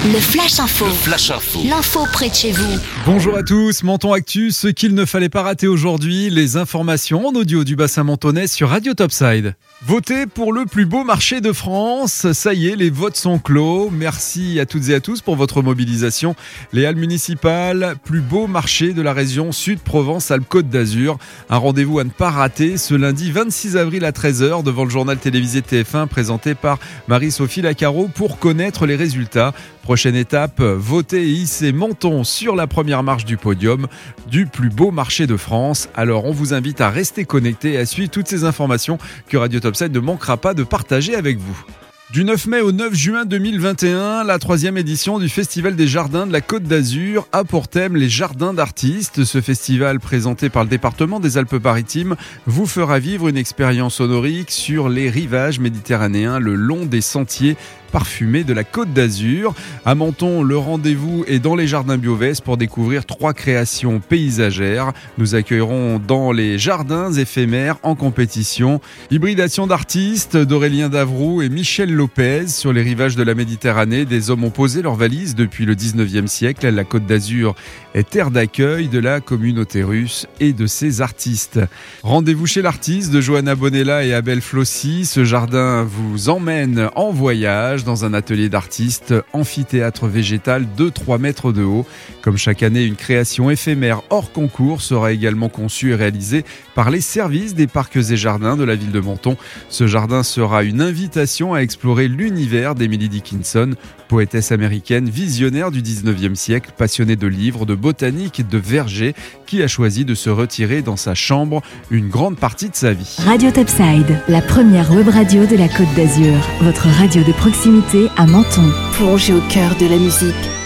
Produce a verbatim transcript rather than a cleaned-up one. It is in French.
Le Flash Info. Le Flash Info. L'info près de chez vous. Bonjour à tous, Menton Actu, ce qu'il ne fallait pas rater aujourd'hui, les informations en audio du bassin mentonais sur Radio Topside. Votez pour le plus beau marché de France, ça y est, les votes sont clos. Merci à toutes et à tous pour votre mobilisation. Les halles municipales, plus beau marché de la région Sud-Provence-Alpes-Côte d'Azur. Un rendez-vous à ne pas rater ce lundi vingt-six avril à treize heures devant le journal télévisé T F un présenté par Marie-Sophie Lacaro pour connaître les résultats. Prochaine étape, voter et hisser Menton sur la première marche du podium du plus beau marché de France. Alors on vous invite à rester connecté et à suivre toutes ces informations que Radio Topside ne manquera pas de partager avec vous. Du neuf mai au neuf juin deux mille vingt et un, la troisième édition du Festival des Jardins de la Côte d'Azur a pour thème les jardins d'artistes. Ce festival, présenté par le département des Alpes-Maritimes, vous fera vivre une expérience honorique sur les rivages méditerranéens le long des sentiers parfumés de la Côte d'Azur. À Menton, le rendez-vous est dans les jardins Biovès pour découvrir trois créations paysagères. Nous accueillerons dans les jardins éphémères en compétition hybridation d'artistes d'Aurélien Davroux et Michel Lopez sur les rivages de la Méditerranée. Des hommes ont posé leurs valises depuis le dix-neuvième siècle. La Côte d'Azur est terre d'accueil de la communauté russe et de ses artistes. Rendez-vous chez l'artiste de Johanna Bonella et Abel Flossi. Ce jardin vous emmène en voyage dans un atelier d'artistes, amphithéâtre végétal de trois mètres de haut. Comme chaque année, une création éphémère hors concours sera également conçue et réalisée par les services des parcs et jardins de la ville de Menton. Ce jardin sera une invitation à explorer l'univers d'Emily Dickinson, poétesse américaine visionnaire du dix-neuvième siècle, passionnée de livres, de botanique et de vergers, qui a choisi de se retirer dans sa chambre une grande partie de sa vie. Radio Topside, la première web radio de la Côte d'Azur, votre radio de proximité à Menton. Plongez au cœur de la musique.